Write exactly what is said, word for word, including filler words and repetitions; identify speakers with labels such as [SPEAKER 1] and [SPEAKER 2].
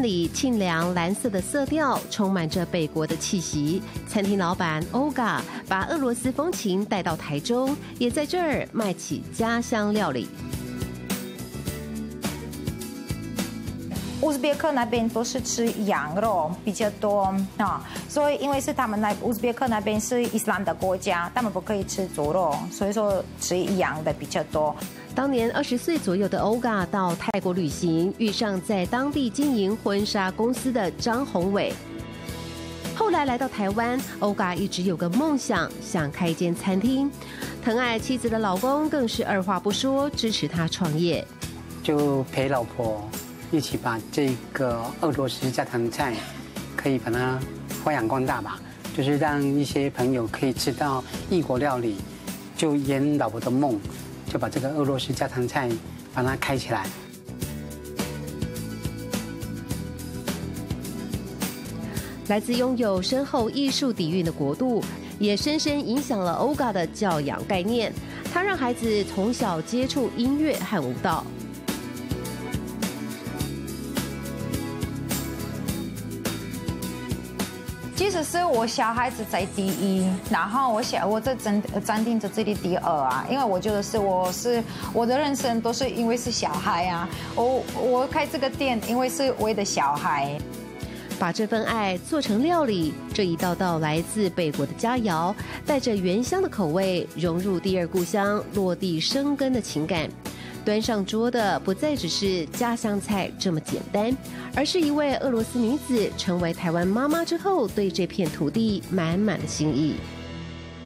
[SPEAKER 1] 里沁凉蓝色的色调，充满着北国的气息。餐厅老板 Olga 把俄罗斯风情带到台中，也在这儿卖起家乡料理。
[SPEAKER 2] 乌兹别克那边都是吃羊肉比较多啊，所以因为是他们那乌兹别克那边是伊斯兰的国家，他们不可以吃猪肉，所以说吃羊的比较多。
[SPEAKER 1] 当年二十岁左右的 Olga 到泰国旅行，遇上在当地经营婚纱公司的张宏伟。后来来到台湾 ，Olga 一直有个梦想，想开一间餐厅。疼爱妻子的老公更是二话不说支持他创业，
[SPEAKER 3] 就陪老婆一起把这个俄罗斯家常菜可以把它发扬光大吧，就是让一些朋友可以吃到异国料理，就圆老婆的梦。就把这个俄罗斯家常菜把它开起来。
[SPEAKER 1] 来自拥有深厚艺术底蕴的国度，也深深影响了 Olga 的教养概念。他让孩子从小接触音乐和舞蹈。
[SPEAKER 2] 其实是我小孩子在第一，然后我小我在暂暂定在这里第二啊，因为我觉得是我是我的人生都是因为是小孩啊，我我开这个店因为是为的小孩。
[SPEAKER 1] 把这份爱做成料理，这一道道来自北国的佳肴，带着原乡的口味，融入第二故乡，落地生根的情感。端上桌的不再只是家乡菜这么简单，而是一位俄罗斯女子成为台湾妈妈之后，对这片土地满满的心意。